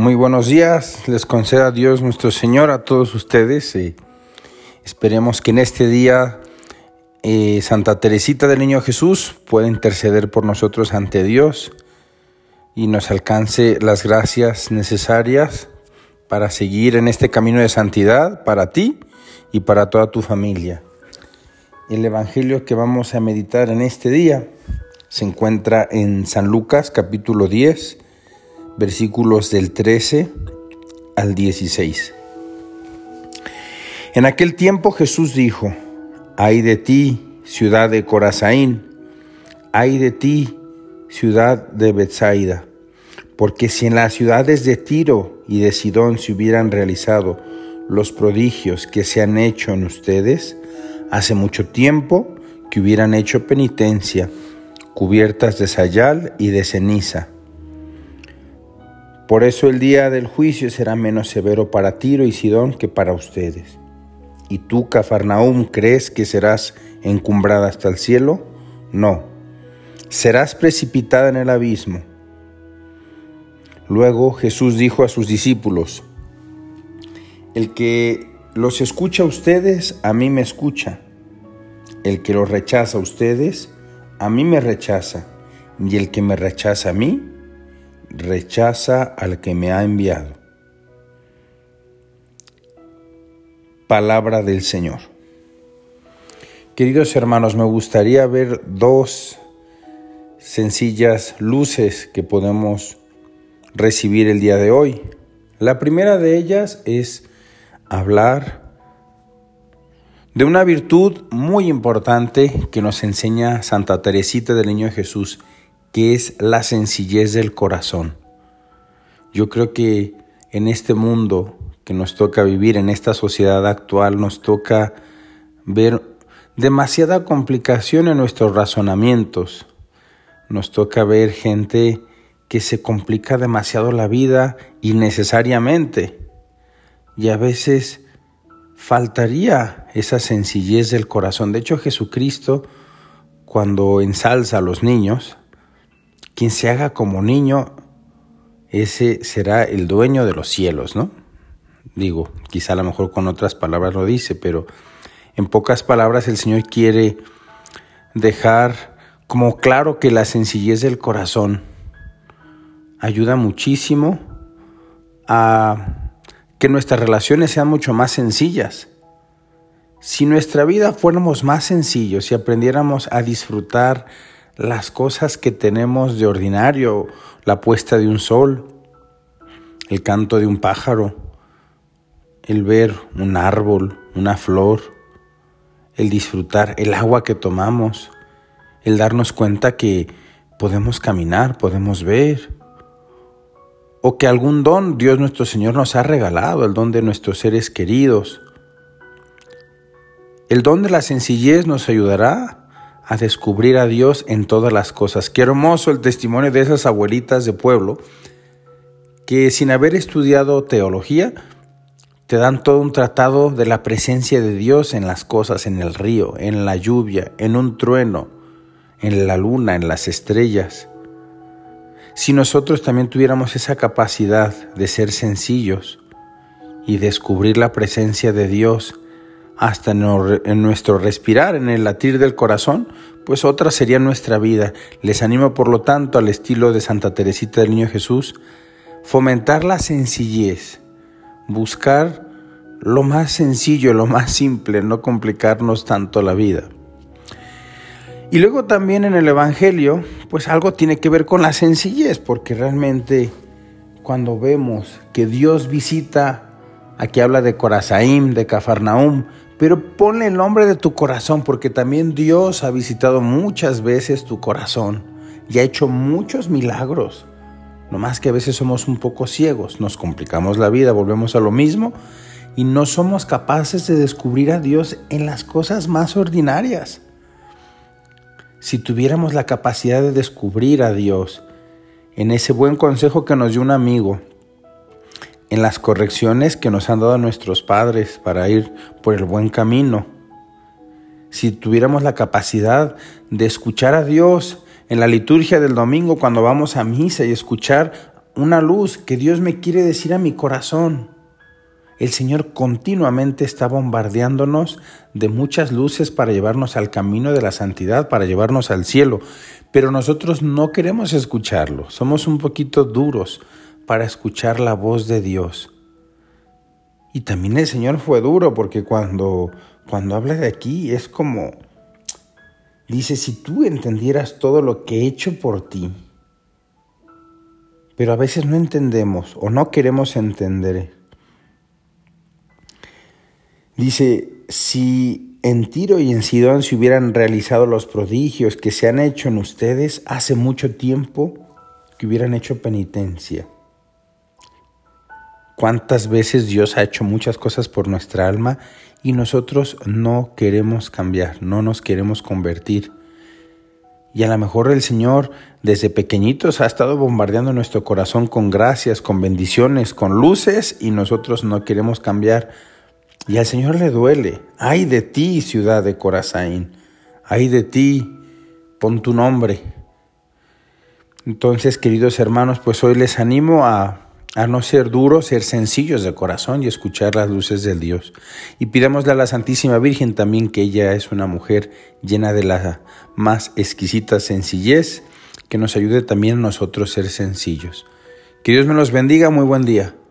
Muy buenos días, les conceda Dios nuestro Señor a todos ustedes. Esperemos que en este día Santa Teresita del Niño Jesús pueda interceder por nosotros ante Dios y nos alcance las gracias necesarias para seguir en este camino de santidad para ti y para toda tu familia. El Evangelio que vamos a meditar en este día se encuentra en San Lucas capítulo 10, versículos del 13 al 16. En aquel tiempo Jesús dijo: «Ay de ti, ciudad de Corazaín, ay de ti, ciudad de Betsaida, porque si en las ciudades de Tiro y de Sidón se hubieran realizado los prodigios que se han hecho en ustedes, hace mucho tiempo que hubieran hecho penitencia, cubiertas de sayal y de ceniza. Por eso el día del juicio será menos severo para Tiro y Sidón que para ustedes. ¿Y tú, Cafarnaúm, crees que serás encumbrada hasta el cielo? No, serás precipitada en el abismo». Luego Jesús dijo a sus discípulos: «El que los escucha a ustedes, a mí me escucha. El que los rechaza a ustedes, a mí me rechaza. Y el que me rechaza a mí, rechaza al que me ha enviado». Palabra del Señor. Queridos hermanos, me gustaría ver dos sencillas luces que podemos recibir el día de hoy. La primera de ellas es hablar de una virtud muy importante que nos enseña Santa Teresita del Niño Jesús, que es la sencillez del corazón. Yo creo que en este mundo que nos toca vivir, en esta sociedad actual, nos toca ver demasiada complicación en nuestros razonamientos. Nos toca ver gente que se complica demasiado la vida innecesariamente. Y a veces faltaría esa sencillez del corazón. De hecho, Jesucristo, cuando ensalza a los niños, quien se haga como niño, ese será el dueño de los cielos, ¿no? Digo, quizá a lo mejor con otras palabras lo dice, pero en pocas palabras el Señor quiere dejar como claro que la sencillez del corazón ayuda muchísimo a que nuestras relaciones sean mucho más sencillas. Si nuestra vida fuéramos más sencillos, si aprendiéramos a disfrutar las cosas que tenemos de ordinario, la puesta de un sol, el canto de un pájaro, el ver un árbol, una flor, el disfrutar el agua que tomamos, el darnos cuenta que podemos caminar, podemos ver, o que algún don Dios nuestro Señor nos ha regalado, el don de nuestros seres queridos. El don de la sencillez nos ayudará a descubrir a Dios en todas las cosas. Qué hermoso el testimonio de esas abuelitas de pueblo que, sin haber estudiado teología, te dan todo un tratado de la presencia de Dios en las cosas, en el río, en la lluvia, en un trueno, en la luna, en las estrellas. Si nosotros también tuviéramos esa capacidad de ser sencillos y descubrir la presencia de Dios hasta en nuestro respirar, en el latir del corazón, pues otra sería nuestra vida. Les animo, por lo tanto, al estilo de Santa Teresita del Niño Jesús, fomentar la sencillez, buscar lo más sencillo, lo más simple, no complicarnos tanto la vida. Y luego también en el Evangelio, pues algo tiene que ver con la sencillez, porque realmente cuando vemos que Dios visita, aquí habla de Corazaín, de Cafarnaúm, pero ponle el nombre de tu corazón, porque también Dios ha visitado muchas veces tu corazón y ha hecho muchos milagros. No más que a veces somos un poco ciegos, nos complicamos la vida, volvemos a lo mismo y no somos capaces de descubrir a Dios en las cosas más ordinarias. Si tuviéramos la capacidad de descubrir a Dios en ese buen consejo que nos dio un amigo, en las correcciones que nos han dado nuestros padres para ir por el buen camino, si tuviéramos la capacidad de escuchar a Dios en la liturgia del domingo cuando vamos a misa y escuchar una luz que Dios me quiere decir a mi corazón. El Señor continuamente está bombardeándonos de muchas luces para llevarnos al camino de la santidad, para llevarnos al cielo. Pero nosotros no queremos escucharlo. Somos un poquito duros para escuchar la voz de Dios. Y también el Señor fue duro porque cuando habla de aquí es como, dice, si tú entendieras todo lo que he hecho por ti. Pero a veces no entendemos o no queremos entender. Dice, si en Tiro y en Sidón se hubieran realizado los prodigios que se han hecho en ustedes, hace mucho tiempo que hubieran hecho penitencia. ¿Cuántas veces Dios ha hecho muchas cosas por nuestra alma y nosotros no queremos cambiar, no nos queremos convertir? Y a lo mejor el Señor desde pequeñitos ha estado bombardeando nuestro corazón con gracias, con bendiciones, con luces y nosotros no queremos cambiar. Y al Señor le duele. ¡Ay de ti, ciudad de Corazín! ¡Ay de ti! Pon tu nombre. Entonces, queridos hermanos, pues hoy les animo a no ser duros, ser sencillos de corazón y escuchar las luces del Dios. Y pidámosle a la Santísima Virgen también, que ella es una mujer llena de la más exquisita sencillez, que nos ayude también a nosotros ser sencillos. Que Dios me los bendiga. Muy buen día.